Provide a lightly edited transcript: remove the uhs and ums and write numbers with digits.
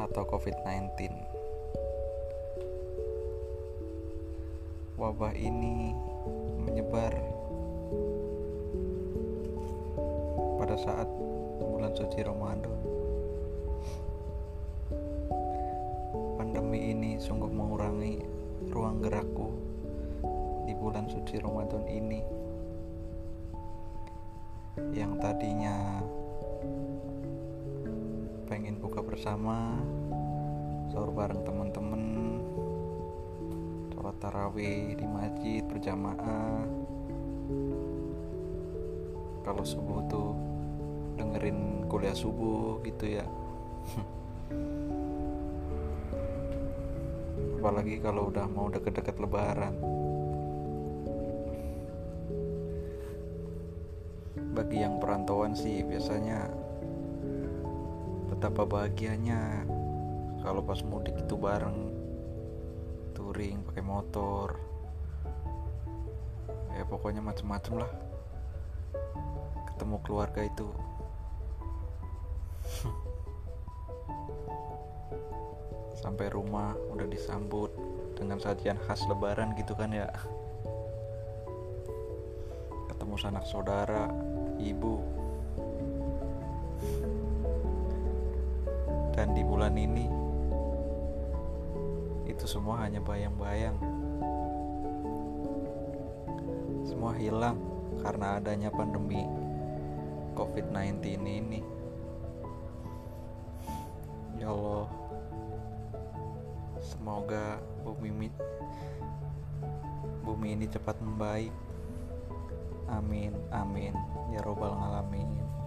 atau COVID-19. Wabah ini menyebar pada saat bulan suci Ramadan. Pandemi ini sungguh mengurangi ruang gerakku di bulan suci Ramadan ini, yang tadinya pengen buka bersama, sahur bareng teman-teman, sholat tarawih di masjid berjamaah, kalau subuh tuh dengerin kuliah subuh gitu ya. Apalagi kalau udah mau deket-deket lebaran. Bagi yang perantauan sih biasanya betapa bahagianya kalau pas mudik itu bareng, touring pakai motor, ya pokoknya macem-macem lah, ketemu keluarga itu. Sampai rumah udah disambut dengan sajian khas lebaran gitu kan ya, ketemu sanak saudara, ibu. Dan di bulan ini itu semua hanya bayang-bayang. Semua hilang karena adanya pandemi COVID-19 ini. Ya Allah, semoga bumi ini cepat membaik. Amin, amin, ya robbal alamin.